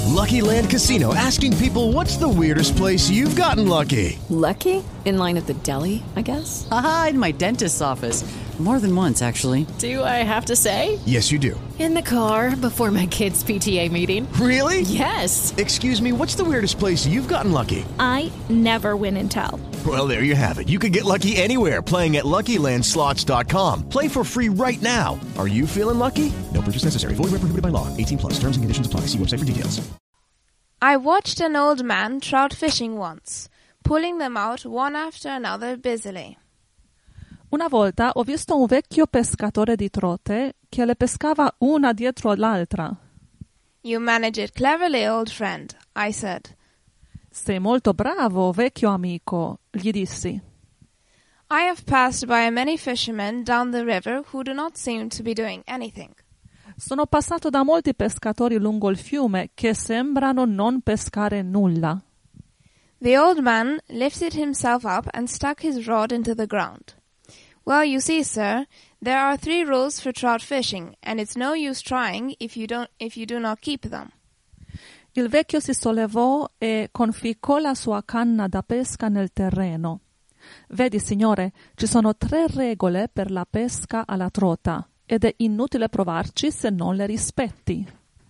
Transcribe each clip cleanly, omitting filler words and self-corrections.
Lucky Land Casino, asking people, what's the weirdest place you've gotten lucky? Lucky? In line at the deli, I guess? Aha, in my dentist's office. More than once, actually. Do I have to say? Yes, you do. In the car before my kids' PTA meeting. Really? Yes. Excuse me, what's the weirdest place you've gotten lucky? I never win and tell. Well, there you have it. You can get lucky anywhere, playing at LuckyLandSlots.com. Play for free right now. Are you feeling lucky? No purchase necessary. Void where prohibited by law. 18 plus. Terms and conditions apply. See website for details. I watched an old man trout fishing once, pulling them out one after another busily. Una volta ho visto un vecchio pescatore di trote che le pescava una dietro l'altra. You manage it cleverly, old friend, I said. Sei molto bravo, vecchio amico, gli dissi. I have passed by many fishermen down the river who do not seem to be doing anything. Sono passato da molti pescatori lungo il fiume che sembrano non pescare nulla. The old man lifted himself up and stuck his rod into the ground. Well, you see, sir, there are 3 rules for trout fishing, and it's no use trying if you do not keep them. Il vecchio si sollevò e conficcò la sua canna da pesca nel terreno. Vedi, signore, ci sono 3 regole per la pesca alla trota, ed è inutile provarci se non le rispetti.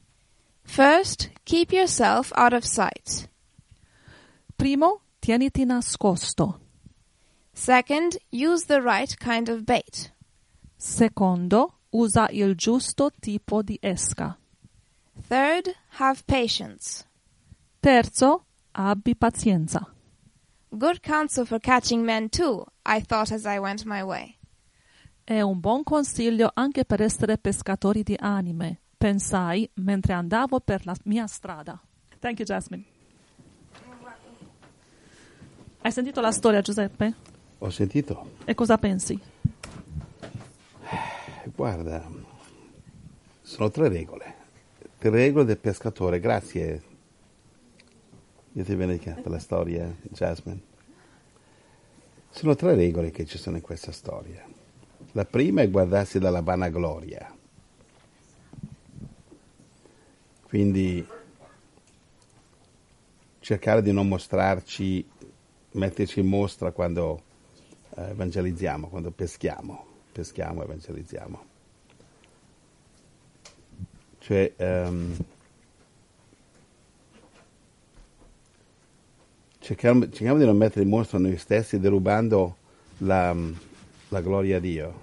First, keep yourself out of sight. Primo, tieniti nascosto. Second, use the right kind of bait. Secondo, usa il giusto tipo di esca. Third, have patience. Terzo, abbi pazienza. Good counsel for catching men too, I thought as I went my way. È un buon consiglio anche per essere pescatori di anime, pensai mentre andavo per la mia strada. Thank you, Jasmine. Hai sentito la storia, Giuseppe? Ho sentito. E cosa pensi? Guarda, sono 3 regole. 3 regole del pescatore. Grazie. Io ti benedica la storia, Jasmine. Sono 3 regole che ci sono in questa storia. La prima è guardarsi dalla vanagloria. Quindi cercare di non mostrarci, metterci in mostra quando evangelizziamo, quando peschiamo, e evangelizziamo. Cioè, cerchiamo di non mettere in mostra noi stessi derubando la gloria a Dio.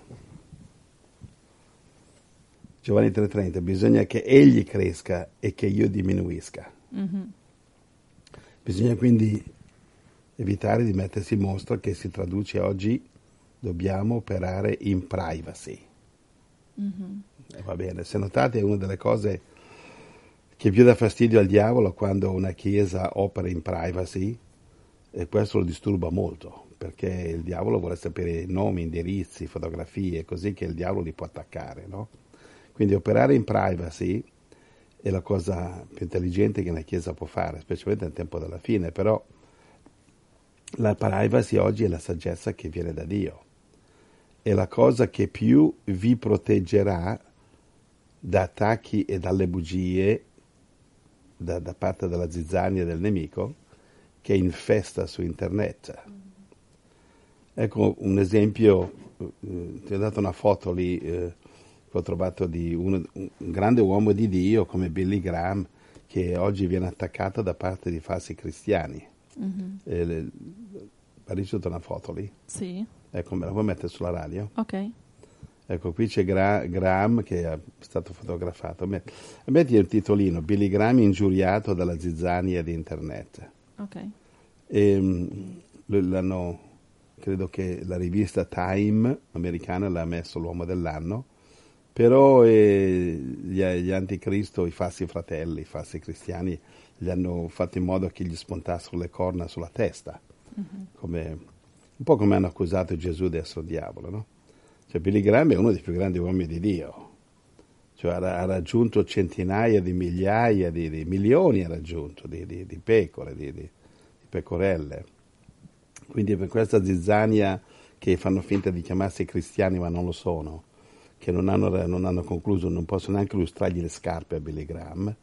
Giovanni 3,30, bisogna che Egli cresca e che io diminuisca. Mm-hmm. Bisogna quindi evitare di mettersi in mostra, che si traduce oggi, dobbiamo operare in privacy. Mm-hmm. Va bene, se notate è una delle cose che più dà fastidio al diavolo quando una chiesa opera in privacy, e questo lo disturba molto, perché il diavolo vuole sapere nomi, indirizzi, fotografie, così che il diavolo li può attaccare, no? Quindi operare in privacy è la cosa più intelligente che una chiesa può fare, specialmente nel tempo della fine, però la privacy oggi è la saggezza che viene da Dio. È la cosa che più vi proteggerà da attacchi e dalle bugie da parte della zizzania e del nemico che infesta su internet. Ecco un esempio, ti ho dato una foto lì che ho trovato di un grande uomo di Dio come Billy Graham, che oggi viene attaccato da parte di falsi cristiani. Mm-hmm. Hai ricevuto una foto lì? Sì. Ecco, me la puoi mettere sulla radio? Ok. Ecco, qui c'è Graham che è stato fotografato. Metti il titolino, Billy Graham ingiuriato dalla zizzania di internet. Ok. E credo che la rivista Time americana l'ha messo l'uomo dell'anno, però gli anticristo, i falsi fratelli, i falsi cristiani, gli hanno fatto in modo che gli spuntassero le corna sulla testa, un po' come hanno accusato Gesù di essere diavolo, no? Cioè Billy Graham è uno dei più grandi uomini di Dio, cioè ha raggiunto centinaia di migliaia di milioni, ha raggiunto di pecore, di pecorelle. Quindi per questa zizzania che fanno finta di chiamarsi cristiani ma non lo sono, che non hanno concluso, non possono neanche lustrargli le scarpe a Billy Graham,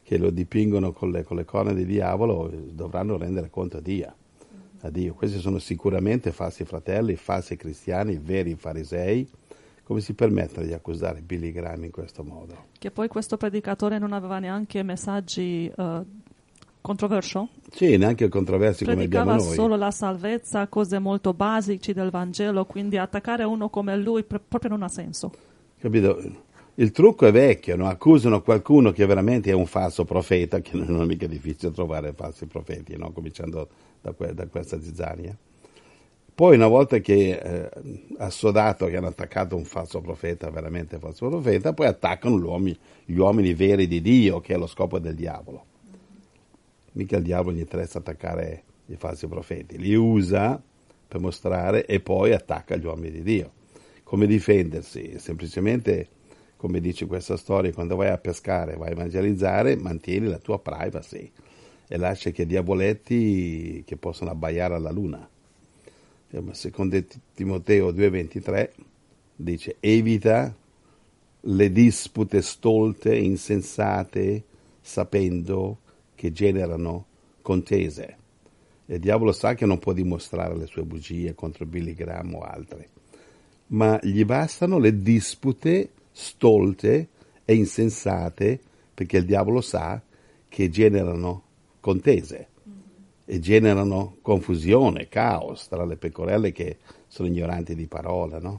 che lo dipingono con le corna di diavolo dovranno rendere conto a Dio. Questi sono sicuramente falsi fratelli, falsi cristiani, veri farisei. Come si permettono di accusare Billy Graham in questo modo? Che poi questo predicatore non aveva neanche messaggi controversi? Sì, neanche controversi come abbiamo noi. Predicava solo la salvezza, cose molto basici del Vangelo, quindi attaccare uno come lui proprio non ha senso. Capito? Il trucco è vecchio, no? Accusano qualcuno che veramente è un falso profeta, che non è mica difficile trovare falsi profeti, no? Cominciando da questa zizzania. Poi una volta che assodato che hanno attaccato un falso profeta, veramente falso profeta, poi attaccano gli uomini veri di Dio, che è lo scopo del diavolo. Mica il diavolo gli interessa attaccare i falsi profeti, li usa per mostrare e poi attacca gli uomini di Dio. Come difendersi? Semplicemente, come dice questa storia, quando vai a pescare, vai a evangelizzare, mantieni la tua privacy e lascia che diavoletti che possono abbaiare alla luna. Secondo Timoteo 2,23 dice: evita le dispute stolte, insensate, sapendo che generano contese. Il diavolo sa che non può dimostrare le sue bugie contro Billy Graham o altri, ma gli bastano le dispute stolte e insensate, perché il diavolo sa che generano contese e generano confusione, caos tra le pecorelle che sono ignoranti di parola, no?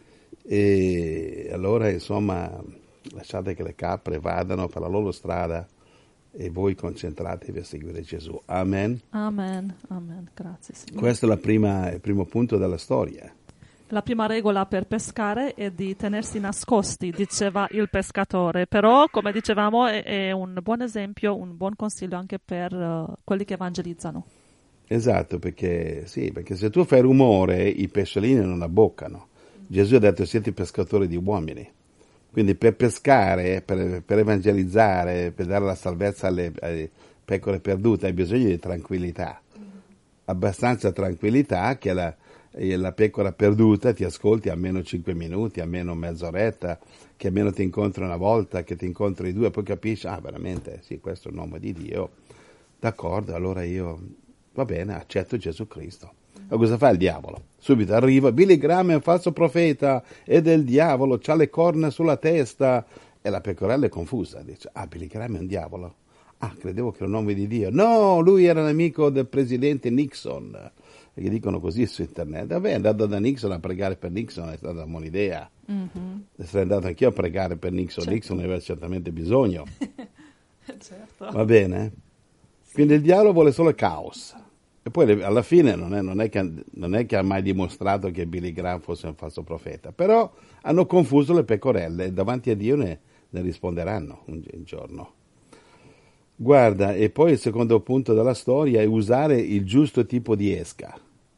E allora, insomma, lasciate che le capre vadano per la loro strada e voi concentratevi a seguire Gesù. Amen. Amen, amen, grazie Signore. Questo è il primo punto della storia. La prima regola per pescare è di tenersi nascosti, diceva il pescatore, però come dicevamo è un buon esempio, un buon consiglio anche per quelli che evangelizzano. Esatto, perché se tu fai rumore i pesciolini non abboccano. Gesù ha detto: siete pescatori di uomini. Quindi per pescare, per evangelizzare, per dare la salvezza alle pecore perdute hai bisogno di tranquillità, abbastanza tranquillità che la pecora perduta ti ascolti almeno 5 minuti, almeno mezz'oretta, che almeno ti incontri una volta, che ti incontri due, poi capisci, veramente, sì, questo è un uomo di Dio, d'accordo, allora io, va bene, accetto Gesù Cristo. Ma cosa fa il diavolo? Subito arriva: Billy Graham è un falso profeta, è del diavolo, c'ha le corna sulla testa, e la pecorella è confusa, dice: Billy Graham è un diavolo? Credevo che era un uomo di Dio. No, lui era un amico del presidente Nixon. Perché dicono così su internet. Vabbè, è andato da Nixon a pregare per Nixon, è stata una buona idea. Sarei andato anch'io a pregare per Nixon. Certo. Nixon ne aveva certamente bisogno. Certo. Va bene? Quindi il diavolo vuole solo caos. E poi alla fine non è che ha mai dimostrato che Billy Graham fosse un falso profeta. Però hanno confuso le pecorelle e davanti a Dio ne risponderanno un giorno. Guarda, e poi il secondo punto della storia è usare il giusto tipo di esca.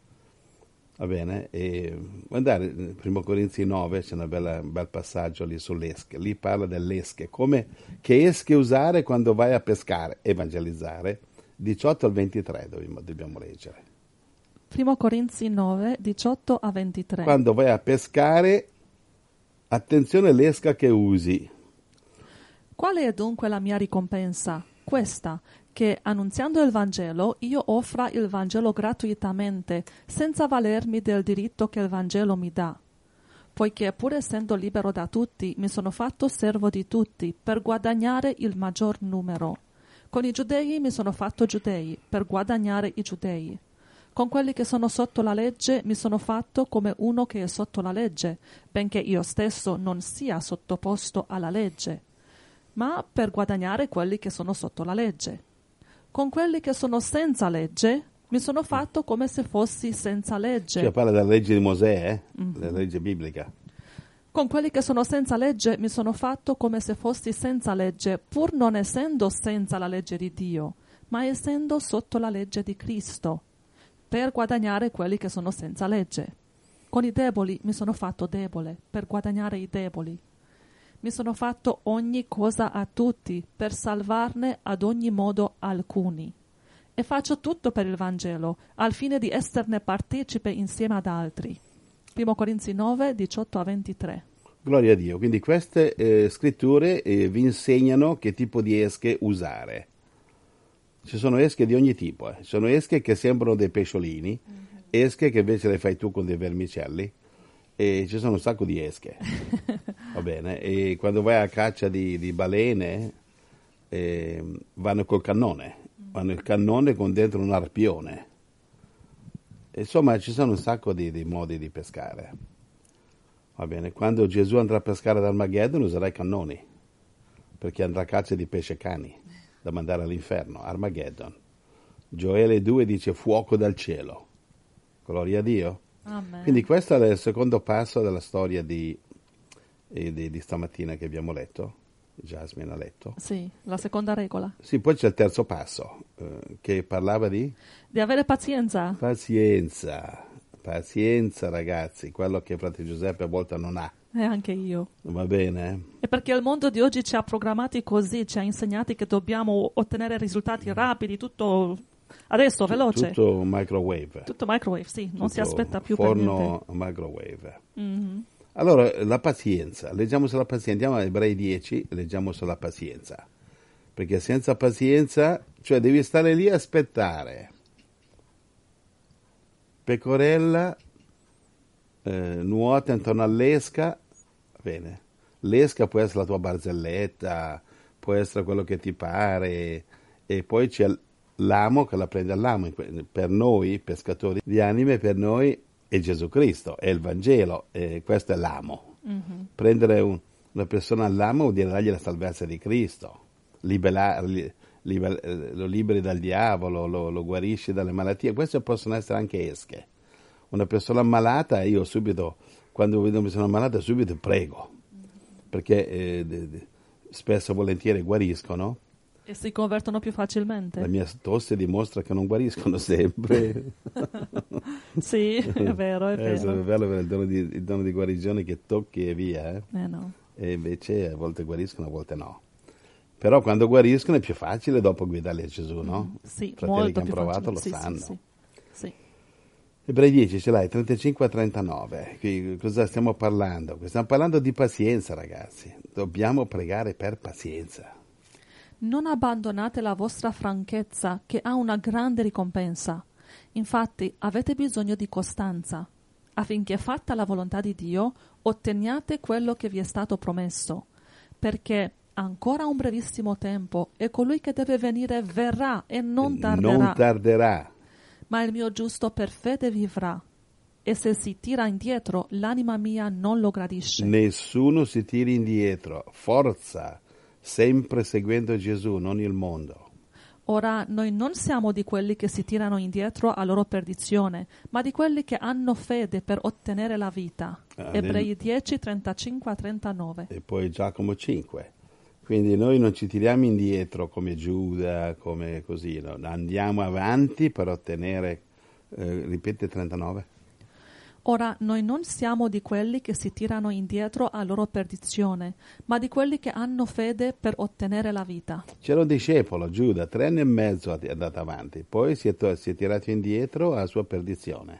Va bene? E guardare, in 1 Corinzi 9 c'è un bel passaggio lì sull'esche. Lì parla dell'esche, che esche usare quando vai a pescare, evangelizzare. 18 al 23 dobbiamo leggere. 1 Corinzi 9, 18 a 23. Quando vai a pescare, attenzione all'esca che usi. Quale è dunque la mia ricompensa? Questa, che annunziando il Vangelo io offra il Vangelo gratuitamente, senza valermi del diritto che il Vangelo mi dà. Poiché pur essendo libero da tutti, mi sono fatto servo di tutti, per guadagnare il maggior numero. Con i giudei mi sono fatto giudei, per guadagnare i giudei. Con quelli che sono sotto la legge mi sono fatto come uno che è sotto la legge, benché io stesso non sia sottoposto alla legge, ma per guadagnare quelli che sono sotto la legge. Con quelli che sono senza legge mi sono fatto come se fossi senza legge. Cioè parla della legge di Mosè, la legge biblica. Con quelli che sono senza legge mi sono fatto come se fossi senza legge, pur non essendo senza la legge di Dio, ma essendo sotto la legge di Cristo, per guadagnare quelli che sono senza legge. Con i deboli mi sono fatto debole, per guadagnare i deboli. Mi sono fatto ogni cosa a tutti, per salvarne ad ogni modo alcuni. E faccio tutto per il Vangelo, al fine di esserne partecipe insieme ad altri. 1 Corinzi 9, 18 a 23. Gloria a Dio. Quindi queste scritture vi insegnano che tipo di esche usare. Ci sono esche di ogni tipo. Ci sono esche che sembrano dei pesciolini, esche che invece le fai tu con dei vermicelli, e ci sono un sacco di esche. Va bene? E quando vai a caccia di balene, vanno col cannone. Vanno il cannone con dentro un arpione. Insomma, ci sono un sacco di modi di pescare. Va bene? Quando Gesù andrà a pescare ad Armageddon userà i cannoni, perché andrà a caccia di pesce cani da mandare all'inferno. Armageddon. Gioele 2 dice fuoco dal cielo. Gloria a Dio. Amen. Quindi questo è il secondo passo della storia di stamattina che abbiamo letto. Jasmine ha letto. Sì, la seconda regola. Sì, poi c'è il terzo passo, che parlava di avere pazienza. Pazienza, ragazzi, quello che frate Giuseppe a volte non ha. E anche io. Va bene? E perché il mondo di oggi ci ha programmati così, ci ha insegnati che dobbiamo ottenere risultati rapidi, tutto adesso, veloce. Tutto microwave. Tutto microwave, sì, non si aspetta più forno per niente. microwave. Mm-hmm. Allora, la pazienza. Leggiamo sulla pazienza. Andiamo a Ebrei 10, leggiamo sulla pazienza. Perché senza pazienza, cioè devi stare lì a aspettare. Pecorella nuota intorno all'esca, bene, l'esca può essere la tua barzelletta, può essere quello che ti pare, e poi c'è l'amo che la prende all'amo. Per noi pescatori di anime, per noi è Gesù Cristo, è il Vangelo, e questo è l'amo. Mm-hmm. Prendere una persona all'amo vuol dire dargli la salvezza di Cristo, lo liberi dal diavolo, lo guarisci dalle malattie. Queste possono essere anche esche. Una persona ammalata, io subito, quando vedo una persona ammalata, subito prego, perché spesso e volentieri guariscono. E si convertono più facilmente. La mia tosse dimostra che non guariscono sempre. Sì, è vero, è vero. È bello avere il dono di guarigione che tocchi e via. No. E invece a volte guariscono, a volte no. Però quando guariscono è più facile dopo guidarli a Gesù, no? Sì, i fratelli molto che hanno più provato facile. lo sanno. Sì. Ebrei 10 ce l'hai, 35 a 39. Qui, cosa stiamo parlando? Stiamo parlando di pazienza, ragazzi. Dobbiamo pregare per pazienza. Non abbandonate la vostra franchezza, che ha una grande ricompensa. Infatti avete bisogno di costanza, affinché, fatta la volontà di Dio, otteniate quello che vi è stato promesso. Perché ancora un brevissimo tempo e colui che deve venire verrà e non tarderà. Ma il mio giusto per fede vivrà. E se si tira indietro, l'anima mia non lo gradisce. Nessuno si tiri indietro. Forza, sempre seguendo Gesù, non il mondo. Ora, noi non siamo di quelli che si tirano indietro a loro perdizione, ma di quelli che hanno fede per ottenere la vita. Ebrei 10, 35 a 39. E poi Giacomo 5. Quindi noi non ci tiriamo indietro come Giuda, come così, no? Andiamo avanti per ottenere, ripete 39. Ora, noi non siamo di quelli che si tirano indietro a loro perdizione, ma di quelli che hanno fede per ottenere la vita. C'era un discepolo, Giuda, 3 anni e mezzo è andato avanti, poi si è tirato indietro alla sua perdizione.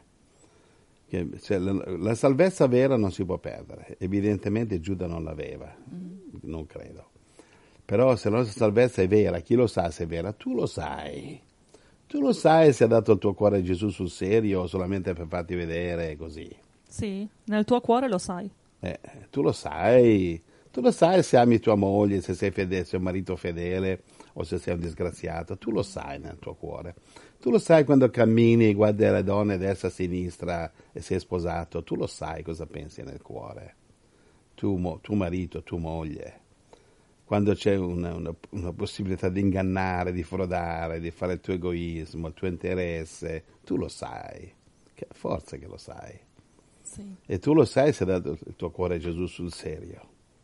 La salvezza vera non si può perdere, evidentemente Giuda non l'aveva, non credo. Però se la nostra salvezza è vera, chi lo sa se è vera? Tu lo sai. Tu lo sai se ha dato il tuo cuore a Gesù sul serio o solamente per farti vedere così. Sì, nel tuo cuore lo sai. Tu lo sai. Tu lo sai se ami tua moglie, se sei fedele, se sei un marito fedele o se sei un disgraziato. Tu lo sai nel tuo cuore. Tu lo sai quando cammini e guardi le donne a destra e a sinistra e sei sposato. Tu lo sai cosa pensi nel cuore. Tu marito, tu moglie. Quando c'è una possibilità di ingannare, di frodare, di fare il tuo egoismo, il tuo interesse, tu lo sai, forza che lo sai. Sì. E tu lo sai se hai dato il tuo cuore a Gesù sul serio.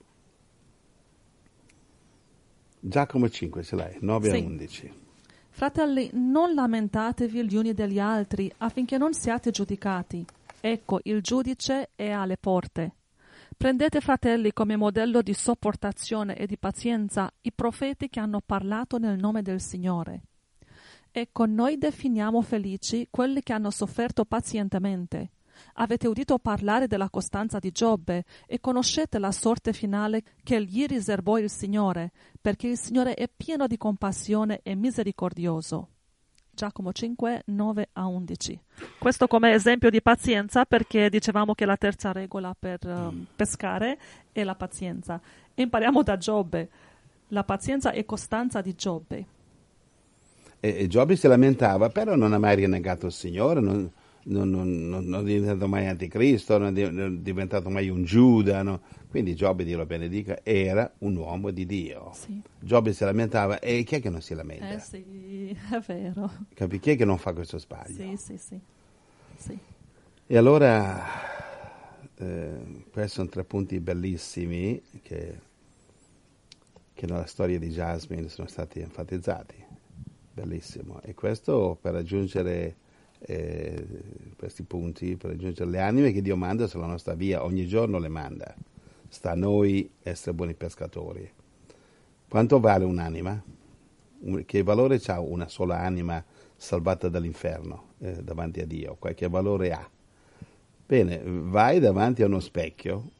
Giacomo 5 ce l'hai, 9 a 11. Fratelli, non lamentatevi gli uni degli altri affinché non siate giudicati. Ecco, il giudice è alle porte. Prendete, fratelli, come modello di sopportazione e di pazienza i profeti che hanno parlato nel nome del Signore. Ecco, noi definiamo felici quelli che hanno sofferto pazientemente. Avete udito parlare della costanza di Giobbe e conoscete la sorte finale che gli riservò il Signore, perché il Signore è pieno di compassione e misericordioso. Giacomo 5, 9-11. Questo come esempio di pazienza, perché dicevamo che la terza regola per pescare è la pazienza. Impariamo da Giobbe, la pazienza e costanza di Giobbe. E Giobbe si lamentava, però non ha mai rinnegato il Signore, non è diventato mai anticristo, non è diventato mai un Giuda, no? Quindi Giobbe, Dio lo benedica, era un uomo di Dio. Sì. Giobbe si lamentava, e chi è che non si lamenta? Sì, è vero. Chi è che non fa questo sbaglio? Sì. E allora, questi sono 3 punti bellissimi che nella storia di Jasmine sono stati enfatizzati. Bellissimo. E questo per raggiungere questi punti, per raggiungere le anime che Dio manda sulla nostra via, ogni giorno le manda. Sta a noi essere buoni pescatori. Quanto vale un'anima? Che valore ha una sola anima salvata dall'inferno davanti a Dio? Qualche valore ha? Bene, vai davanti a uno specchio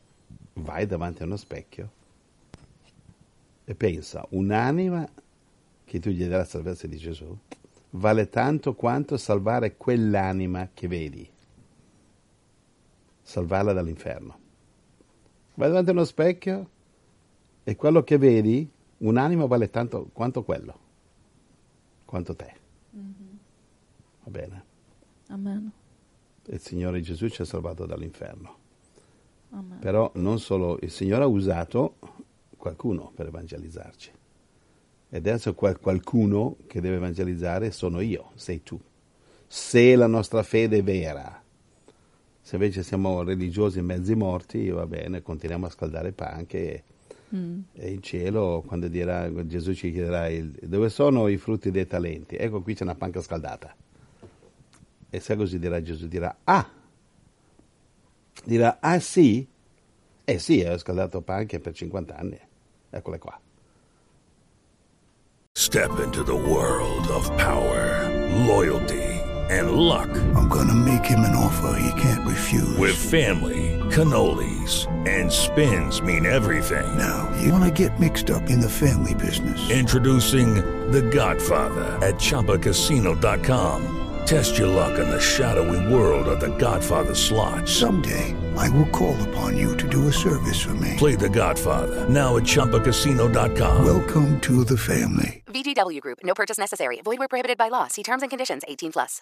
e pensa, un'anima che tu gli dai la salvezza di Gesù vale tanto quanto salvare quell'anima che vedi, salvarla dall'inferno. Vai davanti a uno specchio e quello che vedi, un'anima vale tanto quanto quello, quanto te. Mm-hmm. Va bene? Amen. Il Signore Gesù ci ha salvato dall'inferno. Amen. Però non solo, il Signore ha usato qualcuno per evangelizzarci. E adesso qualcuno che deve evangelizzare sono io, sei tu. Se la nostra fede è vera. Se invece siamo religiosi mezzi morti, va bene, continuiamo a scaldare panche e in cielo, quando Gesù ci chiederà dove sono i frutti dei talenti, ecco qui c'è una panca scaldata. E se così dirà Gesù, dirà sì? Sì, ho scaldato panche per 50 anni, eccole qua. Step into the world of power, loyalty, and luck. I'm gonna make him an offer he can't refuse. With family, cannolis, and spins mean everything. Now, you wanna get mixed up in the family business. Introducing The Godfather at ChumbaCasino.com. Test your luck in the shadowy world of The Godfather slot. Someday, I will call upon you to do a service for me. Play The Godfather, now at ChumbaCasino.com. Welcome to the family. VGW Group. No purchase necessary. Void where prohibited by law. See terms and conditions. 18+.